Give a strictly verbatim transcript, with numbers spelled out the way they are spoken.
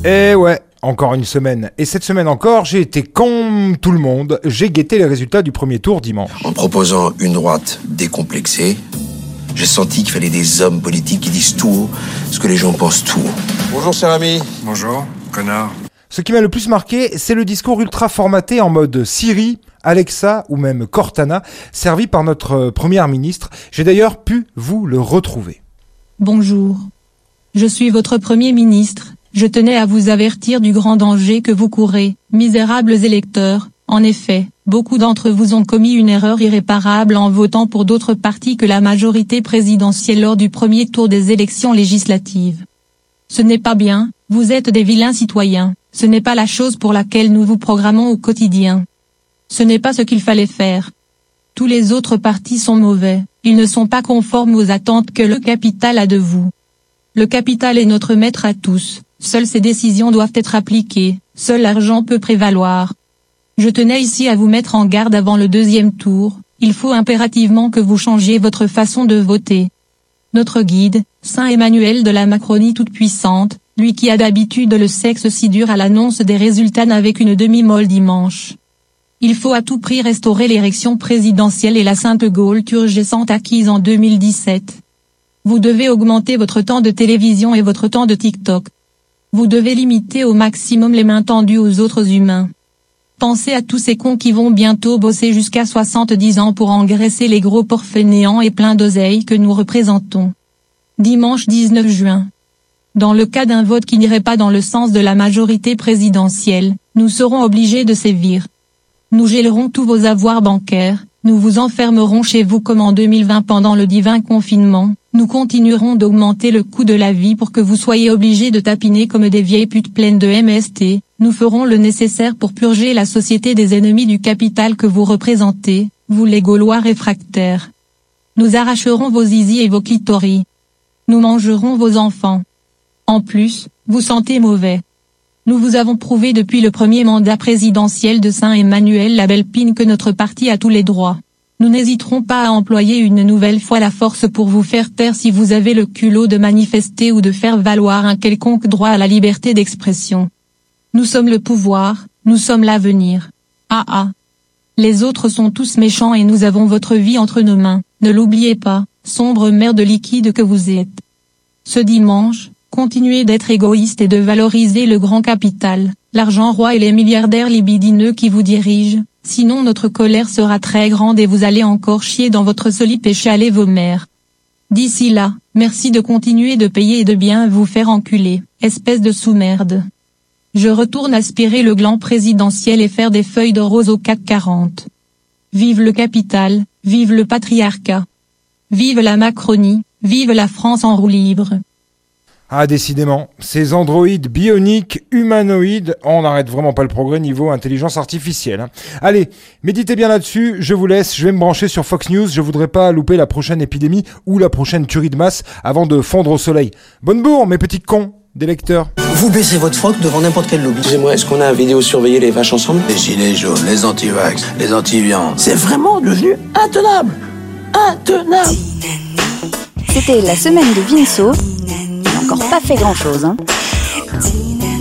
Eh ouais, encore une semaine. Et cette semaine encore, j'ai été comme tout le monde. J'ai guetté les résultats du premier tour dimanche. En proposant une droite décomplexée, j'ai senti qu'il fallait des hommes politiques qui disent tout haut ce que les gens pensent tout haut. Bonjour, cher ami. Bonjour, connard. Ce qui m'a le plus marqué, c'est le discours ultra formaté en mode Siri, Alexa ou même Cortana, servi par notre première ministre. J'ai d'ailleurs pu vous le retrouver. Bonjour. Je suis votre premier ministre. Je tenais à vous avertir du grand danger que vous courez, misérables électeurs. En effet, beaucoup d'entre vous ont commis une erreur irréparable en votant pour d'autres partis que la majorité présidentielle lors du premier tour des élections législatives. Ce n'est pas bien, vous êtes des vilains citoyens, ce n'est pas la chose pour laquelle nous vous programmons au quotidien. Ce n'est pas ce qu'il fallait faire. Tous les autres partis sont mauvais, ils ne sont pas conformes aux attentes que le capital a de vous. Le capital est notre maître à tous. Seules ces décisions doivent être appliquées, seul l'argent peut prévaloir. Je tenais ici à vous mettre en garde avant le deuxième tour, il faut impérativement que vous changiez votre façon de voter. Notre guide, Saint Emmanuel de la Macronie toute-puissante, lui qui a d'habitude le sexe si dur à l'annonce des résultats n'avait qu'une demi-molle dimanche. Il faut à tout prix restaurer l'érection présidentielle et la Sainte Gaule turgescente acquise en deux mille dix-sept. Vous devez augmenter votre temps de télévision et votre temps de TikTok. Vous devez limiter au maximum les mains tendues aux autres humains. Pensez à tous ces cons qui vont bientôt bosser jusqu'à soixante-dix ans pour engraisser les gros porcs fainéants et pleins d'oseille que nous représentons. Dimanche dix-neuf juin. Dans le cas d'un vote qui n'irait pas dans le sens de la majorité présidentielle, nous serons obligés de sévir. Nous gèlerons tous vos avoirs bancaires, nous vous enfermerons chez vous comme en deux mille vingt pendant le divin confinement. Nous continuerons d'augmenter le coût de la vie pour que vous soyez obligés de tapiner comme des vieilles putes pleines de M S T. Nous ferons le nécessaire pour purger la société des ennemis du capital que vous représentez, vous les Gaulois réfractaires. Nous arracherons vos zizi et vos clitoris. Nous mangerons vos enfants. En plus, vous sentez mauvais. Nous vous avons prouvé depuis le premier mandat présidentiel de Saint Emmanuel la belle pine que notre parti a tous les droits. Nous n'hésiterons pas à employer une nouvelle fois la force pour vous faire taire si vous avez le culot de manifester ou de faire valoir un quelconque droit à la liberté d'expression. Nous sommes le pouvoir, nous sommes l'avenir. Ah ah. Les autres sont tous méchants et nous avons votre vie entre nos mains, ne l'oubliez pas, sombre mer de liquide que vous êtes. Ce dimanche, continuez d'être égoïste et de valoriser le grand capital, l'argent roi et les milliardaires libidineux qui vous dirigent. Sinon notre colère sera très grande et vous allez encore chier dans votre solide et chialer vos mères. D'ici là, merci de continuer de payer et de bien vous faire enculer, espèce de sous-merde. Je retourne aspirer le gland présidentiel et faire des feuilles de rose au C A C quarante. Vive le capital, vive le patriarcat. Vive la Macronie, vive la France en roue libre. Ah, décidément, ces androïdes bioniques, humanoïdes, on n'arrête vraiment pas le progrès niveau intelligence artificielle. Hein. Allez, méditez bien là-dessus, je vous laisse, je vais me brancher sur Fox News, je voudrais pas louper la prochaine épidémie ou la prochaine tuerie de masse avant de fondre au soleil. Bonne bourre, mes petits cons, des lecteurs. Vous baissez votre froc devant n'importe quel lobby. Excusez-moi, est-ce qu'on a à vidéo-surveiller les vaches ensemble? Les gilets jaunes, les anti-vax, les anti-viandes. C'est vraiment devenu intenable. Intenable. C'était la semaine de Vinceau. Il n'a encore pas fait grand-chose, hein.